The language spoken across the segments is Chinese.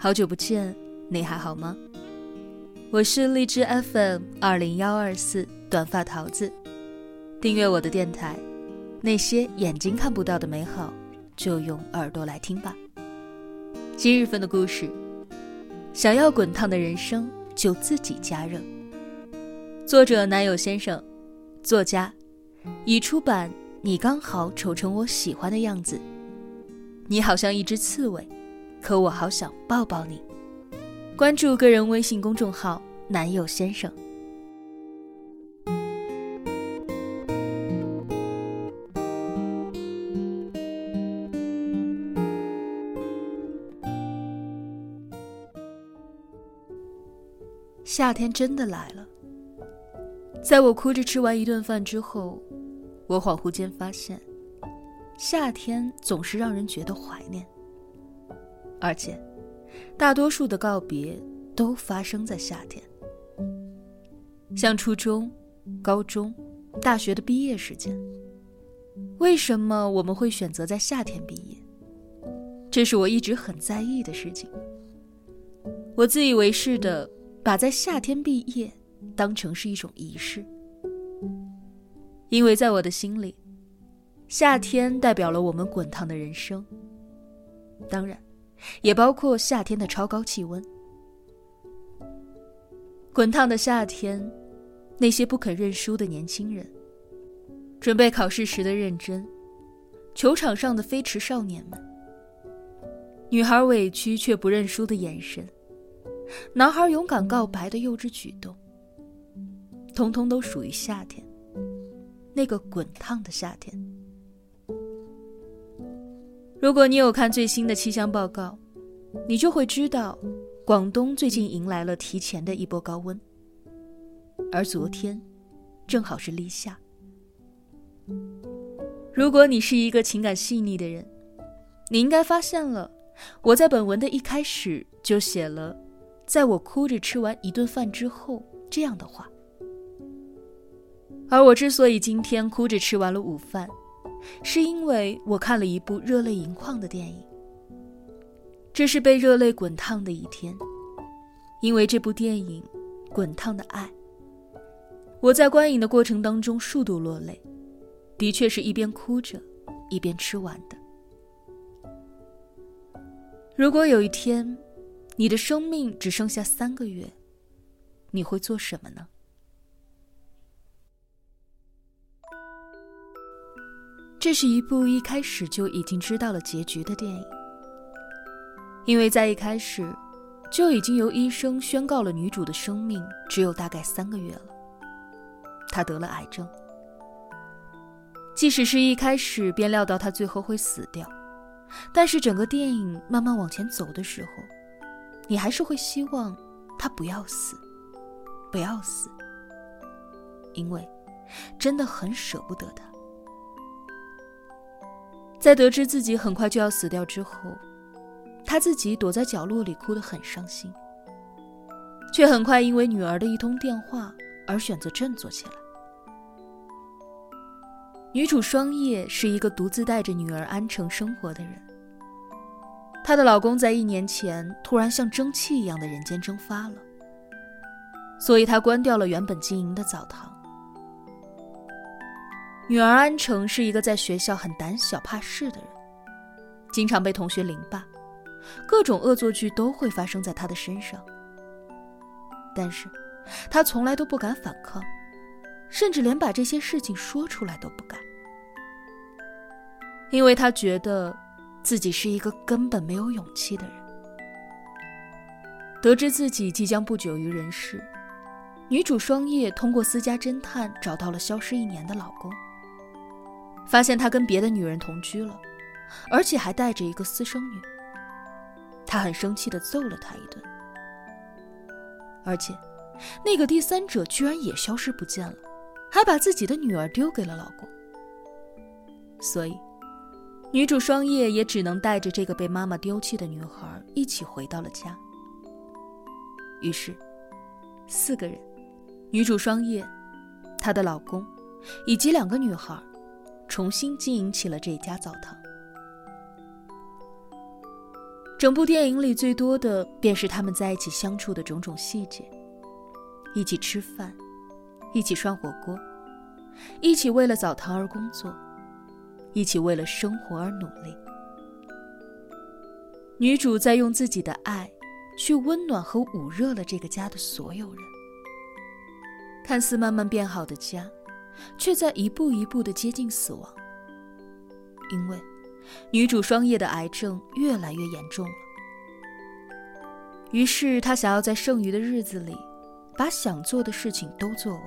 好久不见，你还好吗？我是荔枝 FM20124 短发桃子，订阅我的电台，那些眼睛看不到的美好，就用耳朵来听吧。今日份的故事，想要滚烫的人生，就自己加热。作者男友先生，作家，已出版《你刚好丑成我喜欢的样子》，你好像一只刺猬，可我好想抱抱你。关注个人微信公众号男友先生。夏天真的来了。在我哭着吃完一顿饭之后，我恍惚间发现，夏天总是让人觉得怀念，而且大多数的告别都发生在夏天。像初中、高中、大学的毕业时间，为什么我们会选择在夏天毕业？这是我一直很在意的事情。我自以为是的把在夏天毕业当成是一种仪式，因为在我的心里，夏天代表了我们滚烫的人生，当然也包括夏天的超高气温。滚烫的夏天，那些不肯认输的年轻人，准备考试时的认真，球场上的飞驰少年们，女孩委屈却不认输的眼神，男孩勇敢告白的幼稚举动，通通都属于夏天，那个滚烫的夏天。如果你有看最新的气象报告，你就会知道广东最近迎来了提前的一波高温，而昨天正好是立夏。如果你是一个情感细腻的人，你应该发现了我在本文的一开始就写了在我哭着吃完一顿饭之后这样的话。而我之所以今天哭着吃完了午饭，是因为我看了一部热泪盈眶的电影。这是被热泪滚烫的一天，因为这部电影《滚烫的爱》，我在观影的过程当中数度落泪，的确是一边哭着一边吃完的。如果有一天你的生命只剩下3个月，你会做什么呢？这是一部一开始就已经知道了结局的电影，因为在一开始就已经由医生宣告了女主的生命只有大概3个月了，她得了癌症。即使是一开始便料到她最后会死掉，但是整个电影慢慢往前走的时候，你还是会希望她不要死，不要死，因为真的很舍不得她。在得知自己很快就要死掉之后，他自己躲在角落里哭得很伤心，却很快因为女儿的一通电话而选择振作起来。女主双叶是一个独自带着女儿安城生活的人，她的老公在1年前突然像蒸汽一样的人间蒸发了，所以她关掉了原本经营的澡堂。女儿安城是一个在学校很胆小怕事的人，经常被同学凌霸，各种恶作剧都会发生在她的身上。但是她从来都不敢反抗，甚至连把这些事情说出来都不敢，因为她觉得自己是一个根本没有勇气的人。得知自己即将不久于人世，女主双叶通过私家侦探找到了消失1年的老公，发现他跟别的女人同居了，而且还带着一个私生女。他很生气地揍了他一顿，而且那个第三者居然也消失不见了，还把自己的女儿丢给了老公。所以女主双叶也只能带着这个被妈妈丢弃的女孩一起回到了家。于是4个人，女主双叶、她的老公以及2个女孩，重新经营起了这家澡堂。 整部电影里最多的便是他们在一起相处的种种细节，一起吃饭，一起涮火锅，一起为了澡堂而工作，一起为了生活而努力。女主在用自己的爱去温暖和捂热了这个家的所有人。看似慢慢变好的家，却在一步一步地接近死亡。因为女主双叶的癌症越来越严重了，于是她想要在剩余的日子里把想做的事情都做完。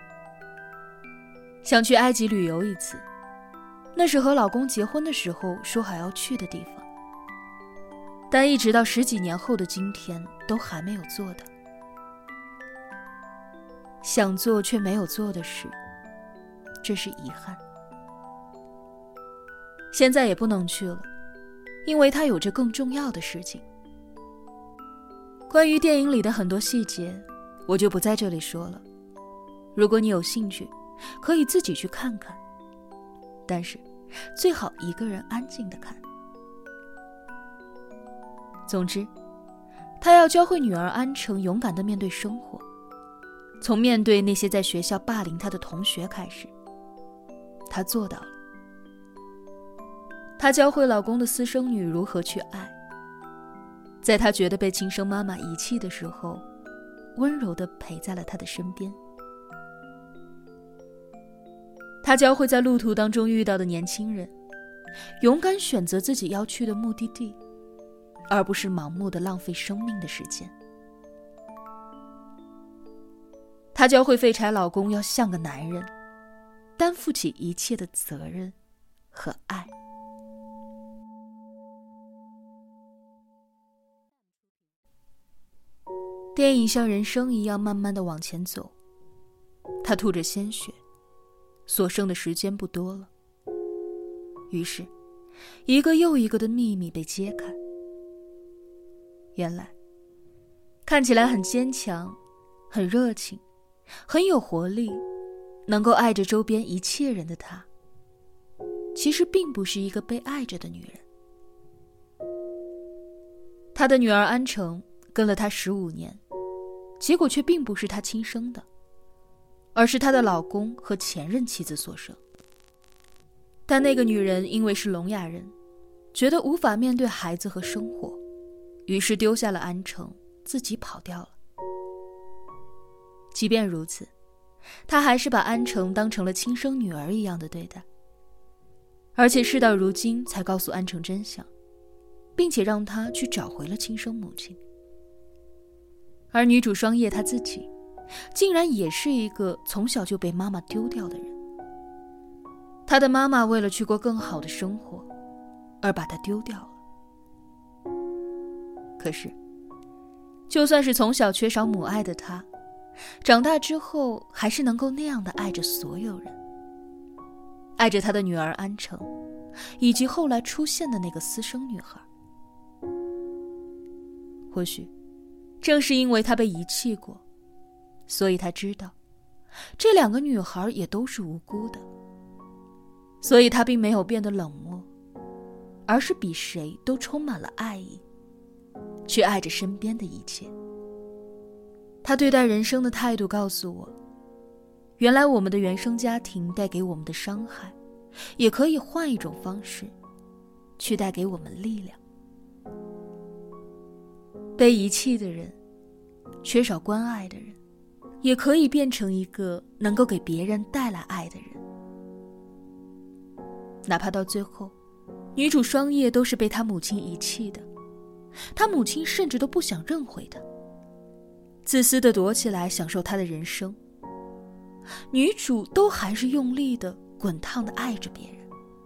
想去埃及旅游一次，那是和老公结婚的时候说好要去的地方，但一直到10几年后的今天都还没有做的。想做却没有做的事，这是遗憾。现在也不能去了，因为他有着更重要的事情。关于电影里的很多细节，我就不在这里说了。如果你有兴趣，可以自己去看看，但是最好一个人安静地看。总之，他要教会女儿安诚勇敢地面对生活，从面对那些在学校霸凌她的同学开始。她做到了。她教会老公的私生女如何去爱，在她觉得被亲生妈妈遗弃的时候，温柔地陪在了她的身边。她教会在路途当中遇到的年轻人，勇敢选择自己要去的目的地，而不是盲目地浪费生命的时间。她教会废柴老公要像个男人，担负起一切的责任和爱。电影像人生一样慢慢地往前走，她吐着鲜血，所剩的时间不多了。于是，一个又一个的秘密被揭开。原来，看起来很坚强、很热情、很有活力，能够爱着周边一切人的她，其实并不是一个被爱着的女人。她的女儿安诚跟了她15年，结果却并不是她亲生的，而是她的老公和前任妻子所生。但那个女人因为是聋哑人，觉得无法面对孩子和生活，于是丢下了安诚，自己跑掉了。即便如此，她还是把安诚当成了亲生女儿一样的对待，而且事到如今才告诉安诚真相，并且让她去找回了亲生母亲。而女主双叶她自己，竟然也是一个从小就被妈妈丢掉的人。她的妈妈为了去过更好的生活，而把她丢掉了。可是，就算是从小缺少母爱的她，长大之后还是能够那样的爱着所有人，爱着她的女儿安诚，以及后来出现的那个私生女孩。或许正是因为她被遗弃过，所以她知道这2个女孩也都是无辜的，所以她并没有变得冷漠，而是比谁都充满了爱意，去爱着身边的一切。她对待人生的态度告诉我，原来我们的原生家庭带给我们的伤害，也可以换一种方式去带给我们力量。被遗弃的人，缺少关爱的人，也可以变成一个能够给别人带来爱的人。哪怕到最后，女主双叶都是被她母亲遗弃的，她母亲甚至都不想认回她，自私地躲起来享受她的人生，女主都还是用力地滚烫地爱着别人。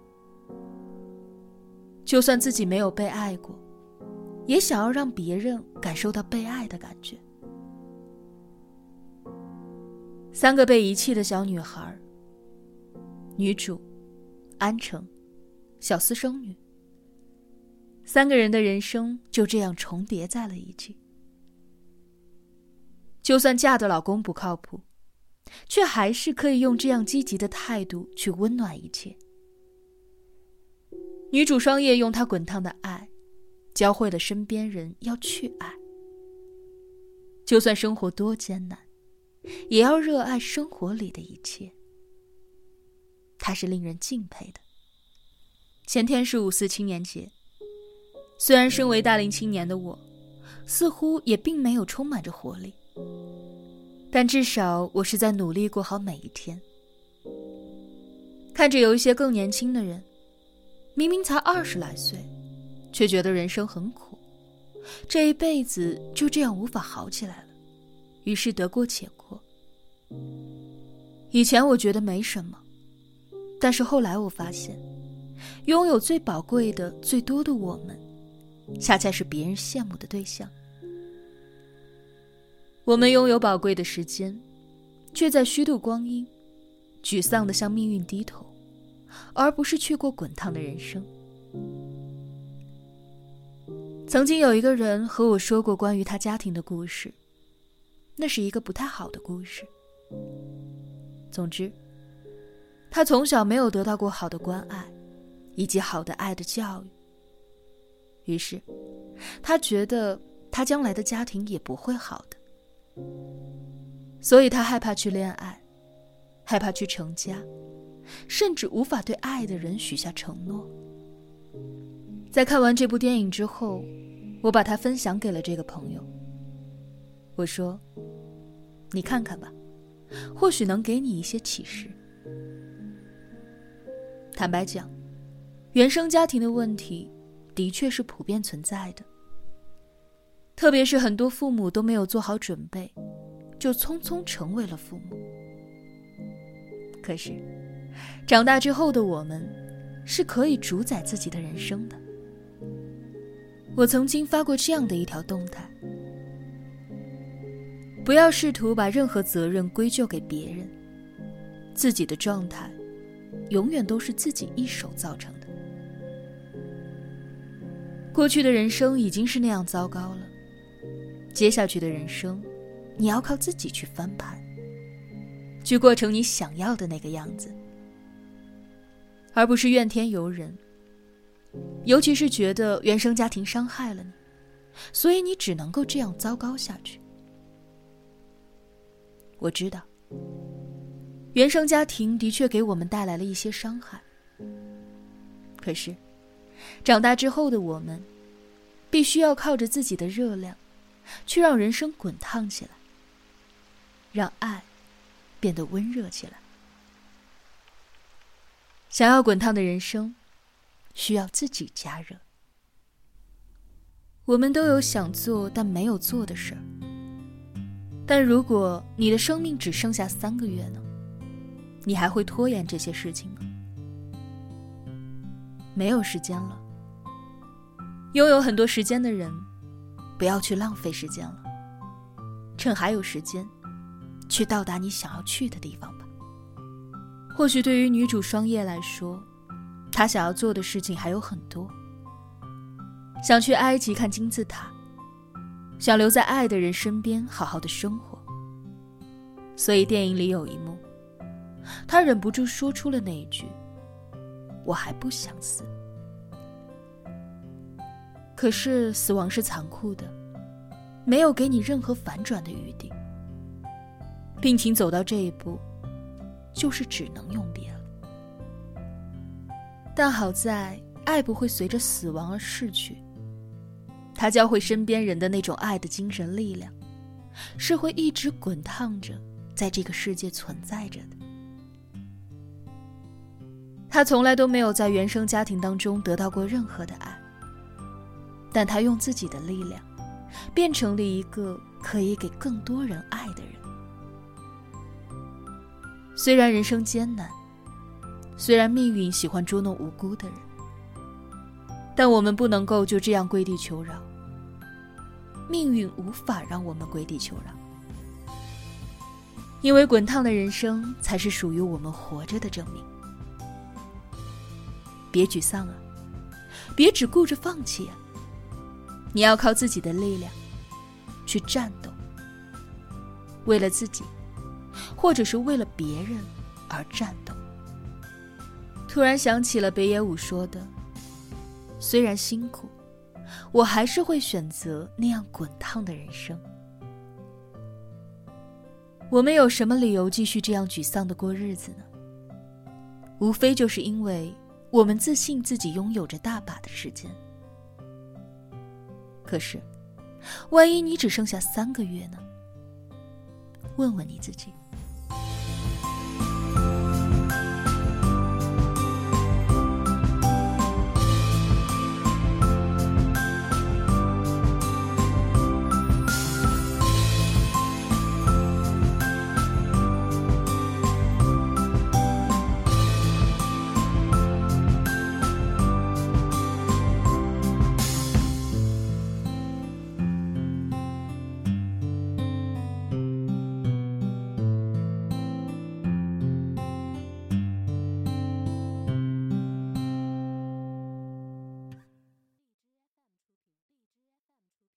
就算自己没有被爱过，也想要让别人感受到被爱的感觉。3个被遗弃的小女孩，女主、安诚、小私生女，3个人的人生就这样重叠在了一起。就算嫁的老公不靠谱，却还是可以用这样积极的态度去温暖一切。女主双叶用她滚烫的爱， 教会了身边人要去爱。就算生活多艰难，也要热爱生活里的一切。它是令人敬佩的。前天是5·4青年节，虽然身为大龄青年的我，似乎也并没有充满着活力，但至少我是在努力过好每一天。看着有一些更年轻的人，明明才20来岁，却觉得人生很苦，这一辈子就这样无法好起来了，于是得过且过。以前我觉得没什么，但是后来我发现，拥有最宝贵的、最多的我们，恰恰是别人羡慕的对象。我们拥有宝贵的时间，却在虚度光阴，沮丧地向命运低头，而不是去过滚烫的人生。曾经有一个人和我说过关于他家庭的故事，那是一个不太好的故事。总之，他从小没有得到过好的关爱，以及好的爱的教育。于是，他觉得他将来的家庭也不会好的。所以他害怕去恋爱，害怕去成家，甚至无法对爱的人许下承诺。在看完这部电影之后，我把它分享给了这个朋友。我说，你看看吧，或许能给你一些启示。坦白讲，原生家庭的问题的确是普遍存在的，特别是很多父母都没有做好准备，就匆匆成为了父母。可是，长大之后的我们是可以主宰自己的人生的。我曾经发过这样的一条动态：不要试图把任何责任归咎给别人，自己的状态永远都是自己一手造成的。过去的人生已经是那样糟糕了，接下去的人生，你要靠自己去翻盘，去过成你想要的那个样子，而不是怨天尤人。尤其是觉得原生家庭伤害了你，所以你只能够这样糟糕下去。我知道，原生家庭的确给我们带来了一些伤害，可是长大之后的我们必须要靠着自己的热量去让人生滚烫起来，让爱变得温热起来。想要滚烫的人生，需要自己加热。我们都有想做但没有做的事儿，但如果你的生命只剩下3个月呢？你还会拖延这些事情吗？没有时间了。拥有很多时间的人，不要去浪费时间了，趁还有时间，去到达你想要去的地方吧。或许对于女主双叶来说，她想要做的事情还有很多，想去埃及看金字塔，想留在爱的人身边好好的生活。所以电影里有一幕，她忍不住说出了那一句：我还不想死。可是死亡是残酷的，没有给你任何反转的余地。病情走到这一步，就是只能永别了。但好在爱不会随着死亡而逝去，它教会身边人的那种爱的精神力量，是会一直滚烫着在这个世界存在着的。他从来都没有在原生家庭当中得到过任何的爱，但他用自己的力量变成了一个可以给更多人爱的人。虽然人生艰难，虽然命运喜欢捉弄无辜的人，但我们不能够就这样跪地求饶。命运无法让我们跪地求饶，因为滚烫的人生才是属于我们活着的证明。别沮丧啊，别只顾着放弃啊，你要靠自己的力量去战斗，为了自己或者是为了别人而战斗。突然想起了北野武说的，虽然辛苦， 我还是会选择那样滚烫的人生。我们有什么理由继续这样沮丧地过日子呢？无非就是因为我们自信自己拥有着大把的时间。可是，万一你只剩下3个月呢？问问你自己。